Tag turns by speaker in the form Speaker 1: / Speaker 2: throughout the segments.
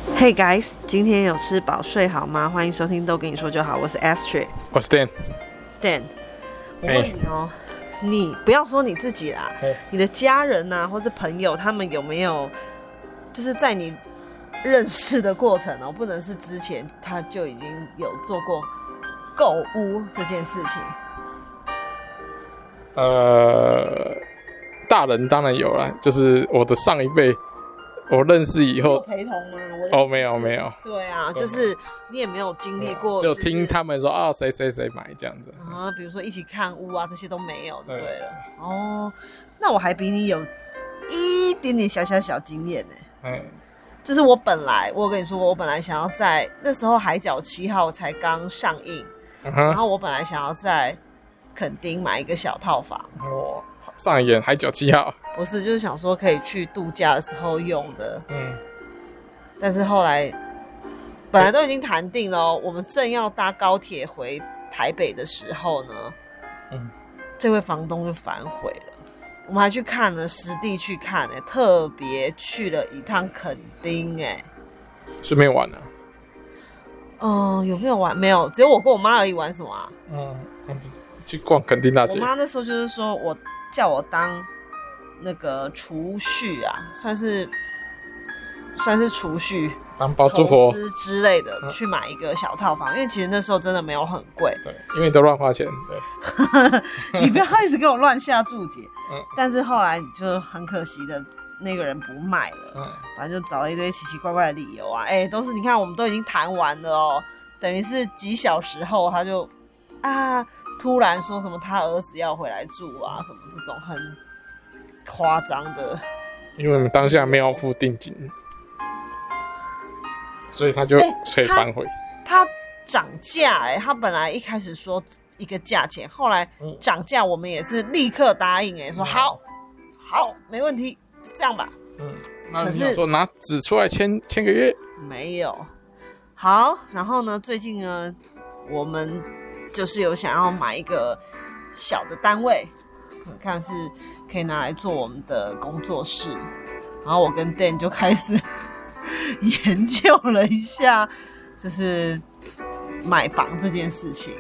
Speaker 1: Hey guys， 今天有吃饱睡好吗？欢迎收听都跟你说就好，我是 Astrid，
Speaker 2: 我是 Dan。
Speaker 1: 我问你哦，你不要说你自己啦，你的家人啊，或是朋友，他们有没有就是在你认识的过程哦，不能是之前他就已经有做过购物这件事情？
Speaker 2: 大人当然有啦，就是我的上一辈，我认识以后，
Speaker 1: 有陪同吗？
Speaker 2: 没有。
Speaker 1: 对啊，就是你也没有经历过，
Speaker 2: 就听他们说啊，谁买这样子
Speaker 1: 啊，比如说一起看屋啊，这些都没有，对了。哦，那我还比你有一点点小经验呢。就是我跟你说过，我本来想要在那时候《海角7号》才刚上映，然后我本来想要在垦丁买一个小套房。
Speaker 2: 上一演《海角7号》
Speaker 1: 不是，就是想说可以去度假的时候用的。但是后来本来都已经谈定了，我们正要搭高铁回台北的时候呢，这位房东就反悔了。我们还去看了，实地去看，特别去了一趟垦丁，
Speaker 2: 顺便玩了。
Speaker 1: 有没有玩？没有，只有我跟我妈而已。玩什么啊？
Speaker 2: 去逛垦丁大街。
Speaker 1: 我妈那时候就是说叫我当那个储蓄啊，算是储蓄，
Speaker 2: 当包租婆
Speaker 1: 投资之类的，去买一个小套房。因为其实那时候真的没有很贵，
Speaker 2: 对，因为都乱花钱，
Speaker 1: 对。你不要一直给我乱下注解。但是后来就很可惜的，那个人不卖了，反正就找了一堆奇奇怪怪的理由啊，都是你看我们都已经谈完了哦，等于是几小时后他就突然说什么他儿子要回来住啊，什么这种很夸张的。
Speaker 2: 因为我们当下没有付定金，所以他就可以反悔。
Speaker 1: 他涨价他本来一开始说一个价钱，后来涨价我们也是立刻答应说好没问题，这样吧。
Speaker 2: 那你想说拿纸出来签个约？没
Speaker 1: 有。好，然后呢，最近呢，我们就是有想要买一个小的单位，看是可以拿来做我们的工作室。然后我跟 Dan 就开始研究了一下，就是买房这件事情。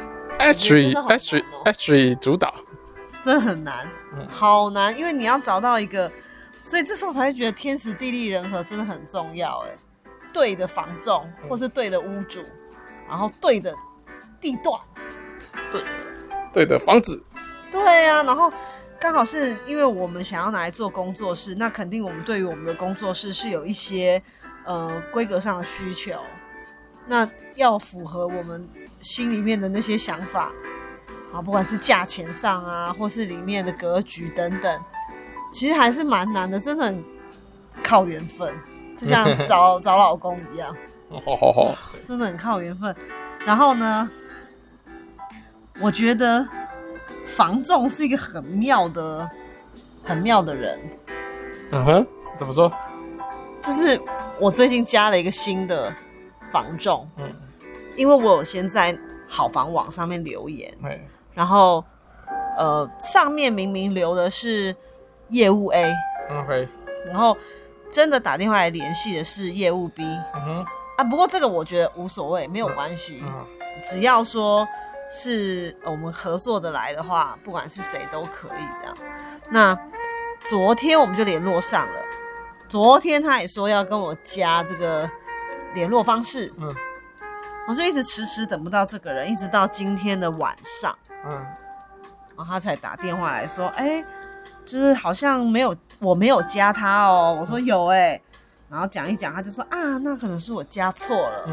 Speaker 2: Astrid 主导，
Speaker 1: 真的很难，好难，因为你要找到一个，所以这时候才会觉得天时地利人和真的很重要。对的房仲，或是对的屋主，然后对的地段，
Speaker 2: 对的房子，
Speaker 1: 对啊，然后刚好是因为我们想要拿来做工作室，那肯定我们对于我们的工作室是有一些规格上的需求，那要符合我们心里面的那些想法，不管是价钱上啊，或是里面的格局等等，其实还是蛮难的，真的很靠缘分，就像找老公一样。真的很靠缘分。然后呢，我觉得房仲是一个很妙的人。
Speaker 2: 怎么说？
Speaker 1: 就是我最近加了一个新的房仲，因为我有先在好房网上面留言，然后上面明明留的是业务 A， 然后真的打电话来联系的是业务 B，不过这个我觉得无所谓，没有关系，只要说是我们合作的来的话，不管是谁都可以这样。那昨天我们就联络上了，昨天他也说要跟我加这个联络方式，我就一直迟等不到这个人，一直到今天的晚上，然后他才打电话来说，就是好像我没有加他哦。我说有然后讲一讲，他就说那可能是我加错了。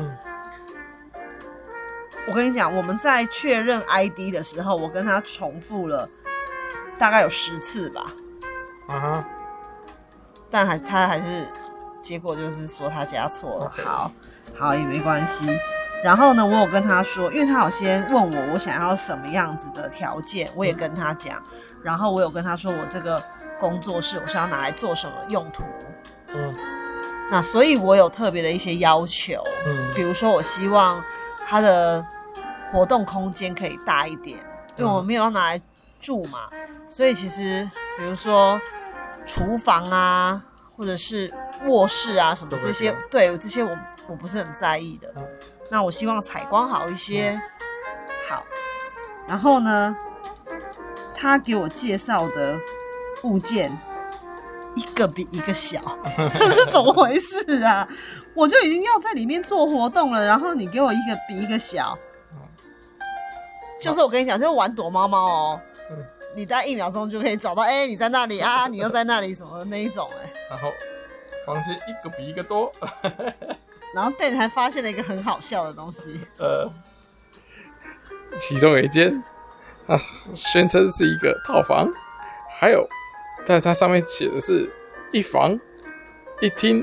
Speaker 1: 我跟你讲，我们在确认 ID 的时候，我跟他重复了大概有10次吧。但他还是结果就是说他加错了。好也没关系。然后呢，我有跟他说，因为他有先问我想要什么样子的条件，我也跟他讲。然后我有跟他说，我这个工作室我是要拿来做什么用途。那所以我有特别的一些要求，比如说我希望它的活动空间可以大一点，因为我们没有要拿来住嘛，所以其实比如说厨房啊，或者是卧室啊什么这些，对这些我不是很在意的。那我希望采光好一些。好，然后呢，他给我介绍的物件一个比一个小，这是怎么回事啊？我就已经要在里面做活动了，然后你给我一个比一个小，就是我跟你讲，就是玩躲猫猫哦。你在1秒钟就可以找到，你在那里啊，你又在那里什么的那一种，
Speaker 2: 然后房间一个比一个多，
Speaker 1: 然后Dan还发现了一个很好笑的东西，
Speaker 2: 其中有一间宣称是一个套房，还有，但是它上面写的是1房1厅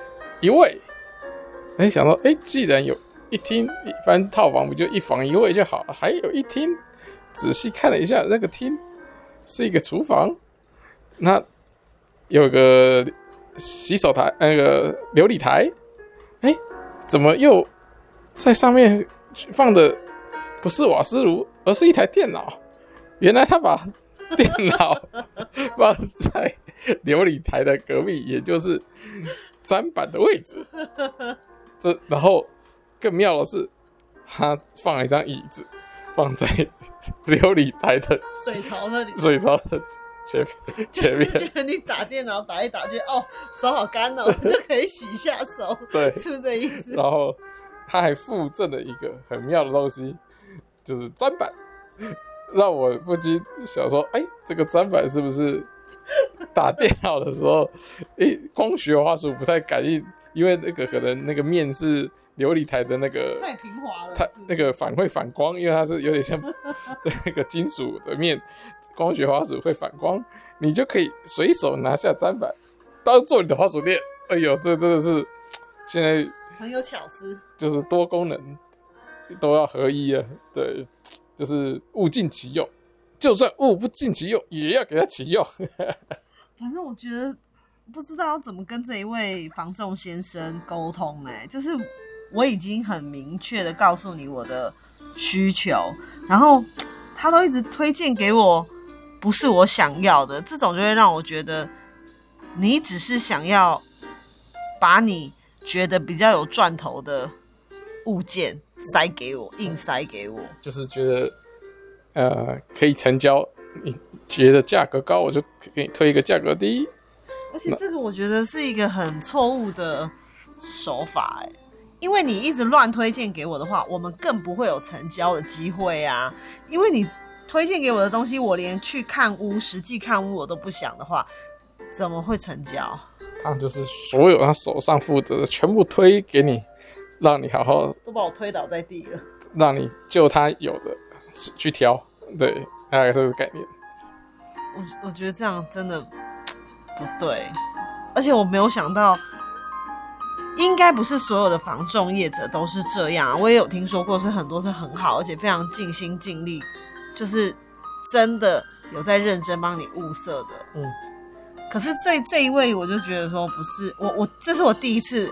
Speaker 2: 1卫，想说，既然有1厅，一般套房不就1房1卫就好了，还有1厅，仔细看了一下，那个厅是一个厨房，那有个洗手台，那个流理台，怎么又在上面放的不是瓦斯炉，而是一台电脑？原来他把电脑放在流理台的隔壁，也就是砧板的位置。然后更妙的是，他放了一张椅子放在流理台的
Speaker 1: 水槽那里，
Speaker 2: 水槽的前面。
Speaker 1: 觉得你打电脑打一打，觉得手好干哦，就可以洗一下手，
Speaker 2: 对，
Speaker 1: 是不是这意思？
Speaker 2: 然后他还附赠了一个很妙的东西，就是砧板，让我不禁想说，这个砧板是不是打电脑的时候，光学滑鼠不太感应？因为那个可能那个面是流理台的那个
Speaker 1: 太平滑了，
Speaker 2: 它那个会反光，因为它是有点像那个金属的面，光学滑鼠会反光，你就可以随手拿下砧板当做你的滑鼠垫。这真的是现在
Speaker 1: 很有巧思，
Speaker 2: 就是多功能都要合一啊。对，就是物尽其用，就算物不尽其用，也要给它其用。
Speaker 1: 反正我觉得不知道要怎么跟这一位房仲先生沟通，就是我已经很明确的告诉你我的需求，然后他都一直推荐给我不是我想要的，这种就会让我觉得你只是想要把你觉得比较有赚头的物件塞给我，硬塞给我，
Speaker 2: 就是觉得可以成交，你觉得价格高，我就给你推一个价格低。
Speaker 1: 而且这个我觉得是一个很错误的手法，因为你一直乱推荐给我的话，我们更不会有成交的机会啊。因为你推荐给我的东西，我连去看屋、实际看屋我都不想的话，怎么会成交？
Speaker 2: 他就是所有他手上负责的全部推给你，让你好好
Speaker 1: 都把我推倒在地了，
Speaker 2: 让你就他有的去挑，对，大概是这个概念。
Speaker 1: 我觉得这样真的不对，而且我没有想到，应该不是所有的房仲业者都是这样啊。我也有听说过，是很多是很好，而且非常尽心尽力，就是真的有在认真帮你物色的。可是这一位，我就觉得说不是我这是我第一次，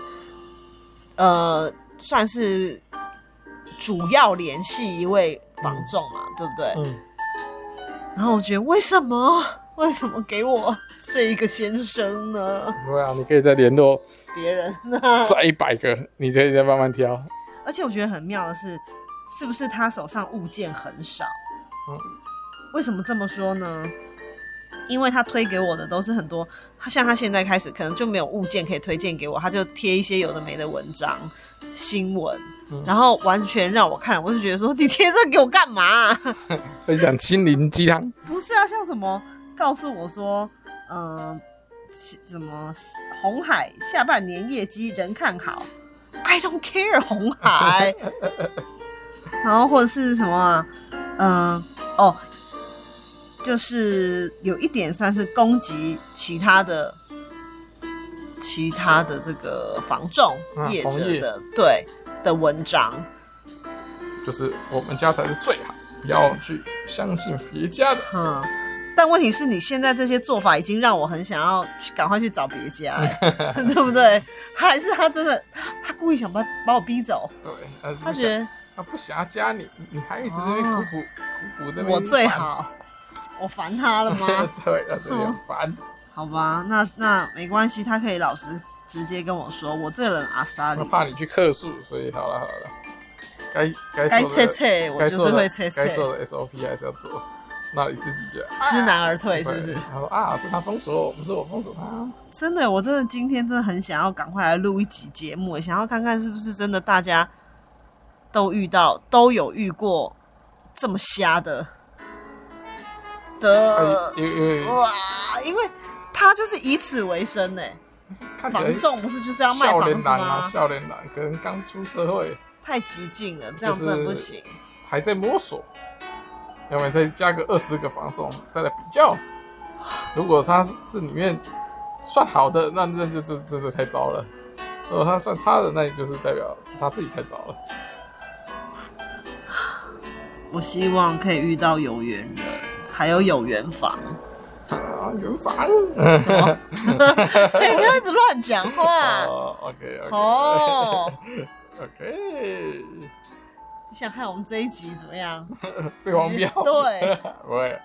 Speaker 1: 算是主要联系一位房仲嘛，对不对？然后我觉得为什么给我这一个先生呢？
Speaker 2: 对啊，你可以再联络
Speaker 1: 别人
Speaker 2: 再100个，你可以再慢慢挑。
Speaker 1: 而且我觉得很妙的是，是不是他手上物件很少？为什么这么说呢？因为他推给我的都是很多，像他现在开始可能就没有物件可以推荐给我，他就贴一些有的没的文章、新闻，然后完全让我看了，我就觉得说你贴这给我干嘛？
Speaker 2: 分享心灵鸡汤？
Speaker 1: 不是啊，像什么告诉我说，怎么鸿海下半年业绩仍看好 ，I don't care 鸿海，然后或者是什么，就是有一点算是攻击其他的这个房仲业者的对的文章，
Speaker 2: 就是我们家才是最好，不要去相信别家的。
Speaker 1: 但问题是你现在这些做法已经让我很想要赶快去找别家，对不对？还是他真的他故意想把我逼走？
Speaker 2: 对，
Speaker 1: 他觉得
Speaker 2: 他不想要加你还一直在那边苦苦这边。
Speaker 1: 我最好。我烦他了吗？
Speaker 2: 对，他有点烦。
Speaker 1: 好吧，那没关系，他可以老实直接跟我说，我这个人阿萨里。
Speaker 2: 我怕你去客诉，所以好了，该做
Speaker 1: 的，我就是会切，
Speaker 2: 该做的 SOP 还是要做。那你自己
Speaker 1: 知难而退，是不是？
Speaker 2: 他说是他封锁，不是我封锁他。
Speaker 1: 真的，我真的今天真的很想要赶快来录一集节目，想要看看是不是真的大家都有遇过这么瞎的哇！因为他就是以此为生呢。房仲不是就是要卖房子吗？
Speaker 2: 少年郎可能刚出社会，
Speaker 1: 太激进了，这样真的不行。
Speaker 2: 还在摸索。要不然再加个20个房仲，再来比较。如果他是里面算好的，那就真的太糟了；如果他算差的，那也就是代表是他自己太糟了。
Speaker 1: 我希望可以遇到有缘人，还有缘房。
Speaker 2: 缘房？
Speaker 1: 什么？不要一直乱讲话。
Speaker 2: OK。
Speaker 1: 你想看我们这一集怎么样？
Speaker 2: 被黄标？
Speaker 1: 对，
Speaker 2: 不会，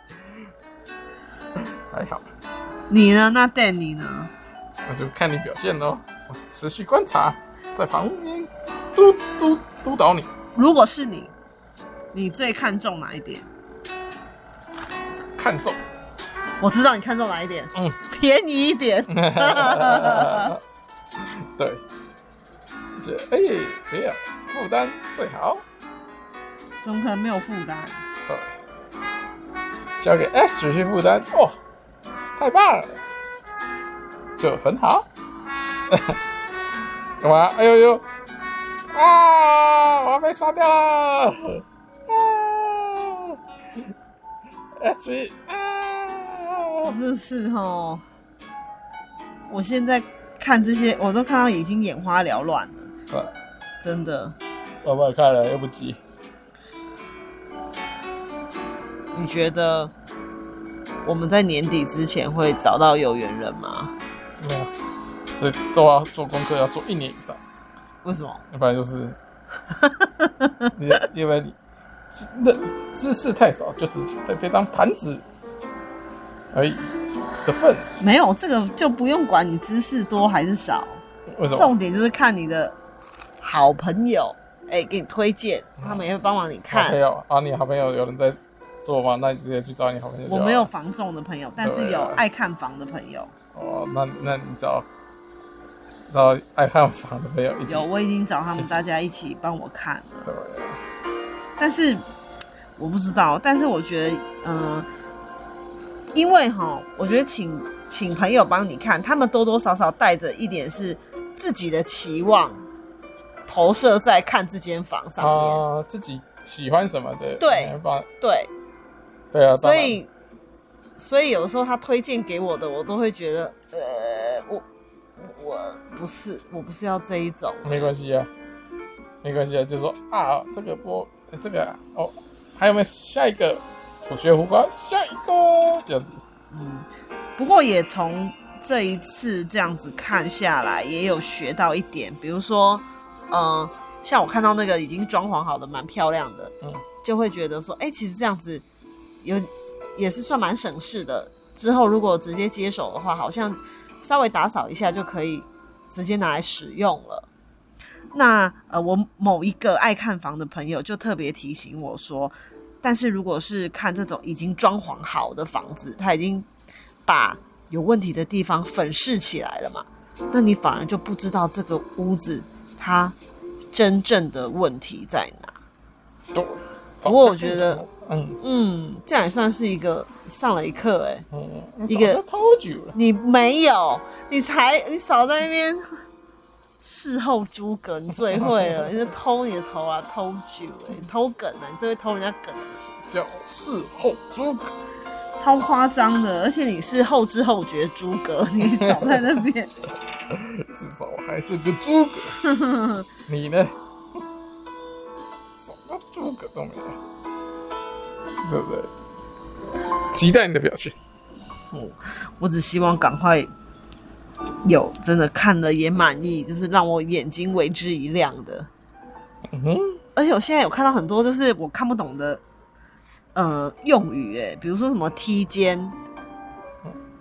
Speaker 2: 还好。
Speaker 1: 你呢？那 Dan 你呢？
Speaker 2: 那就看你表现咯。我持续观察，在旁边督导你。
Speaker 1: 如果是你最看重哪一点？
Speaker 2: 看重？
Speaker 1: 我知道你看重哪一点。便宜一点。
Speaker 2: 对。不要负担最好。
Speaker 1: 怎么可能没有负担？
Speaker 2: 对，交给 S 去负担，太棒了，就很好。干嘛？哎呦！我要被杀掉了！S
Speaker 1: 真的是齁，我现在看这些，我都看到已经眼花缭乱了。真的。
Speaker 2: 我帮你看了，又不急。
Speaker 1: 你觉得我们在年底之前会找到有缘人吗？
Speaker 2: 没有，这都要做功课，要做1年以上。
Speaker 1: 为什么？
Speaker 2: 要不然就是因为你知识太少，就是被当盘子而已的份。
Speaker 1: 没有，这个就不用管你知识多还是少。
Speaker 2: 为什么？
Speaker 1: 重点就是看你的好朋友，给你推荐，他们也会帮忙你看。
Speaker 2: 好朋友啊，你好朋友有人在做吗？那你直接去找你好朋友。
Speaker 1: 我没有房仲的朋友，但是有爱看房的朋友。
Speaker 2: 那你找爱看房的朋友一起。
Speaker 1: 有，我已经找他们大家一起帮我看了。
Speaker 2: 对。
Speaker 1: 但是我不知道，但是我觉得，因为我觉得请朋友帮你看，他们多多少少带着一点是自己的期望，投射在看这间房上面。
Speaker 2: 自己喜欢什么的。
Speaker 1: 对啊。所以有的时候他推荐给我的，我都会觉得，我不是要这一种。
Speaker 2: 没关系啊，就说这个还有没有下一个虎穴胡瓜？下一个这样子。
Speaker 1: 不过也从这一次这样子看下来，也有学到一点，比如说，像我看到那个已经装潢好的蛮漂亮的，就会觉得说，其实这样子也是算蛮省事的。之后如果直接接手的话，好像稍微打扫一下就可以直接拿来使用了。那我某一个爱看房的朋友就特别提醒我说，但是如果是看这种已经装潢好的房子，他已经把有问题的地方粉饰起来了嘛，那你反而就不知道这个屋子它真正的问题在哪。不过我觉得这样也算是一个上了一课。一个
Speaker 2: 偷酒了。
Speaker 1: 你没有，你少在那边事后诸葛，你最会了。你是偷你的头啊，偷酒你偷梗啊，你最会偷人家梗
Speaker 2: 叫事后诸葛，
Speaker 1: 超夸张的。而且你是后知后觉诸葛，你少在那边。
Speaker 2: 至少我还是个诸葛。你呢？什么诸葛都没有，对不对？期待你的表现。
Speaker 1: 我只希望赶快有真的看了也满意，就是让我眼睛为之一亮的。而且我现在有看到很多就是我看不懂的用语，比如说什么梯间，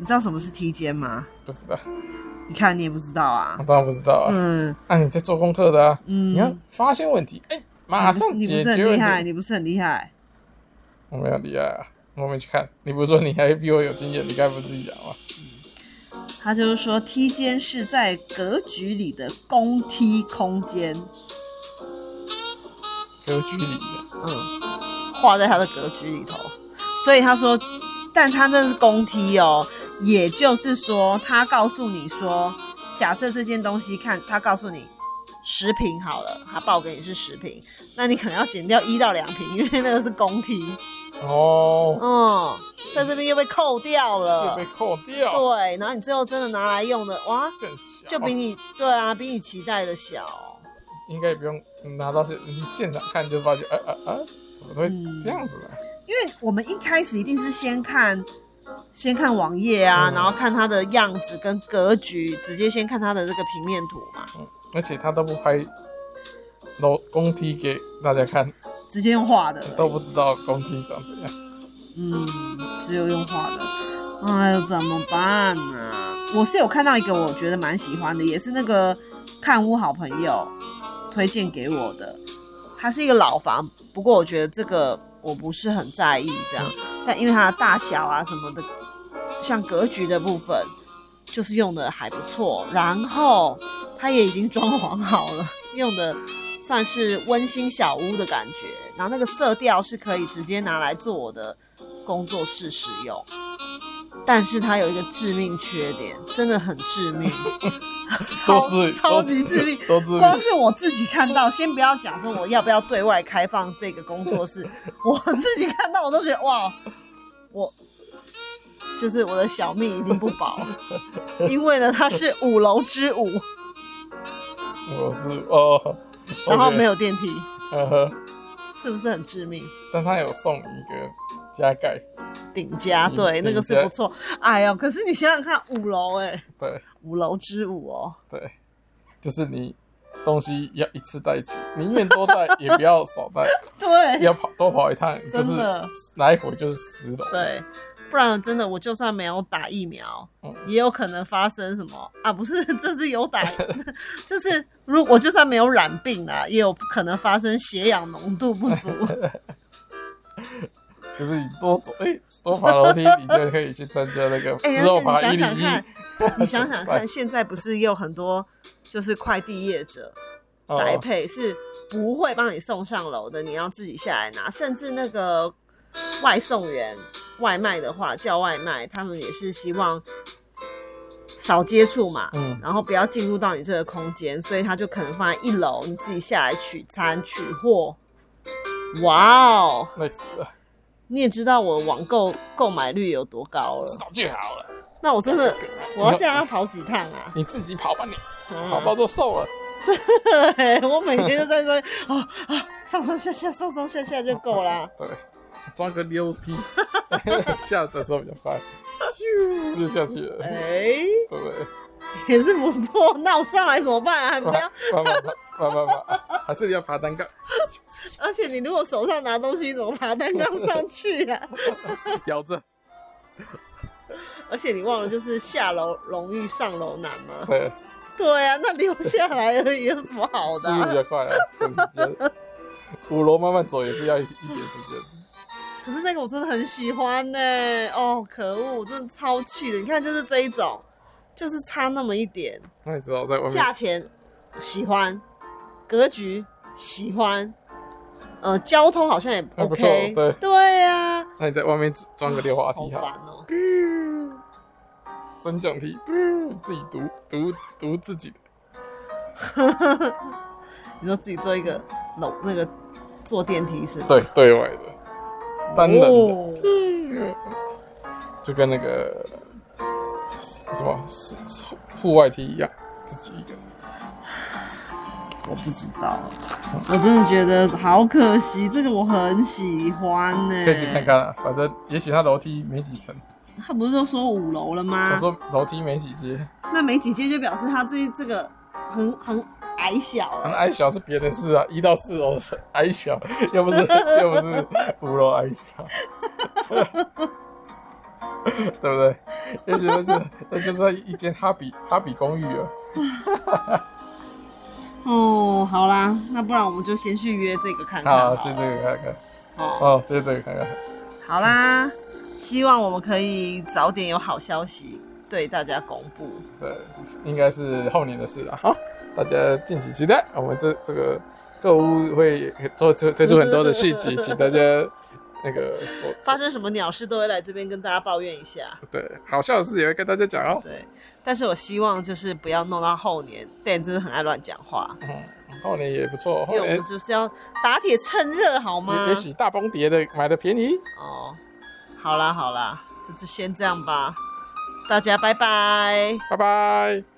Speaker 1: 你知道什么是梯间吗？
Speaker 2: 不知道。
Speaker 1: 你看你也不知道啊？
Speaker 2: 我当然不知道啊。你在做功课的啊。你要发现问题，马上解决问题。
Speaker 1: 你不是很厉害？
Speaker 2: 我没有厉害啊，我没去看。你不是说你还比我有经验？你该不是自己讲吗？
Speaker 1: 他就是说，梯间是在格局里的公梯空间。
Speaker 2: 格局里的，
Speaker 1: 画在他的格局里头。所以他说，但他那是公梯哦，也就是说，他告诉你说，假设这件东西他告诉你10坪好了，他报给你是10坪，那你可能要减掉1到2坪，因为那个是公梯。在这边又被扣掉了，对，然后你最后真的拿来用的，哇，
Speaker 2: 更小，
Speaker 1: 就比你比你期待的小。
Speaker 2: 应该也不用拿到你现场看就发觉，怎么会这样子呢？
Speaker 1: 因为我们一开始一定是先看网页啊，然后看它的样子跟格局，直接先看它的这个平面图嘛。
Speaker 2: 而且他都不拍公梯给大家看，
Speaker 1: 直接用画的，
Speaker 2: 都不知道公梯长怎样。
Speaker 1: 只有用画的，哎呦，怎么办啊？我是有看到一个我觉得蛮喜欢的，也是那个看屋好朋友推荐给我的。它是一个老房，不过我觉得这个我不是很在意这样，但因为它的大小啊什么的，像格局的部分，就是用的还不错。然后它也已经装潢好了，用的算是温馨小屋的感觉。然后那个色调是可以直接拿来做我的工作室使用，但是它有一个致命缺点，真的很致命，超级致命。光是我自己看到，先不要讲说我要不要对外开放这个工作室，我自己看到我都觉得哇，就是我的小命已经不保了，因为呢它是5楼之5，然后没有电梯，是不是很致命？
Speaker 2: 但他有送你一个加盖
Speaker 1: 顶加，对，那个是不错。哎呀，可是你想想看，5楼
Speaker 2: 对
Speaker 1: ，5楼之5哦，
Speaker 2: 对，就是你东西要一次带齐，宁愿多带也不要少带，
Speaker 1: 对，
Speaker 2: 要多跑一趟，就是来回就是10楼，
Speaker 1: 对。不然真的，我就算没有打疫苗，也有可能发生什么啊？不是，这是有打，就是我就算没有染病啦，也有可能发生血氧浓度不足。
Speaker 2: 就是你多爬楼梯，你就可以去参加那个之后爬101。
Speaker 1: 你想想看，现在不是也有很多就是快递业者宅配是不会帮你送上楼的，你要自己下来拿，甚至那个外送员外卖的话叫外卖，他们也是希望少接触嘛，然后不要进入到你这个空间，所以他就可能放在1楼，你自己下来取餐取货。哇哦，
Speaker 2: 累死了！
Speaker 1: 你也知道我网购买率有多高了，
Speaker 2: 知道就好了。
Speaker 1: 那我真的我要这样要跑几趟啊？
Speaker 2: 你自己跑吧，你跑到都瘦了。
Speaker 1: 我每天都在说上上下下上上下下就够啦。
Speaker 2: 对。装个溜梯，下的时候比较快，咻就下去了。对不对？
Speaker 1: 也是不错。那我上来怎么办啊？还不要？
Speaker 2: 还是你要爬单杠？
Speaker 1: 而且你如果手上拿东西，怎么爬单杠上去啊？
Speaker 2: 咬着。
Speaker 1: 而且你忘了，就是下楼容易上楼难吗？
Speaker 2: 对
Speaker 1: 啊，那留下来而已，有什么好的？
Speaker 2: 速度比较快啊，省时间。5楼慢慢走也是要一点时间。
Speaker 1: 可是那个我真的很喜欢呢，可恶，我真的超气的。你看，就是这一种，就是差那么一点。
Speaker 2: 那你知道在外面
Speaker 1: 价钱喜欢，格局喜欢，交通好像也 OK， 对啊。
Speaker 2: 那你在外面装个溜滑梯，
Speaker 1: 好烦哦。
Speaker 2: 升降梯，自己读自己
Speaker 1: 的。你说自己做一个楼那个坐电梯是吗？
Speaker 2: 对外的。单人的，就跟那个什么户外梯一样，自己一个。
Speaker 1: 我不知道，我真的觉得好可惜，这个我很喜欢呢。
Speaker 2: 可以去看看啊，反正也许他楼梯没几层。
Speaker 1: 他不是就说5楼了吗？
Speaker 2: 他说楼梯没几阶。
Speaker 1: 那没几阶就表示他这个很矮小，
Speaker 2: 很矮小是别的事啊，1到4楼是矮小，又不是5楼矮小。 对不对？也许那就是一间哈比公寓了。
Speaker 1: 哦，好啦，那不然我们就先去约这个看看。
Speaker 2: 好，先这个看看。哦，先这个看看。
Speaker 1: 好啦，希望我们可以早点有好消息对大家公布。
Speaker 2: 对，应该是后年的事了。好，大家敬请期待。我们这个购物会推出很多的续集，请大家那个
Speaker 1: 发生什么鸟事都会来这边跟大家抱怨一下。
Speaker 2: 对，好笑的事也会跟大家讲哦。
Speaker 1: 对，但是我希望就是不要弄到后年，Dan真的很爱乱讲话。
Speaker 2: 后年也不错，
Speaker 1: 因为我们就是要打铁趁热，好吗？
Speaker 2: 也许大崩跌的买的便宜
Speaker 1: 哦。好啦，就先这样吧，大家拜拜，
Speaker 2: 拜拜。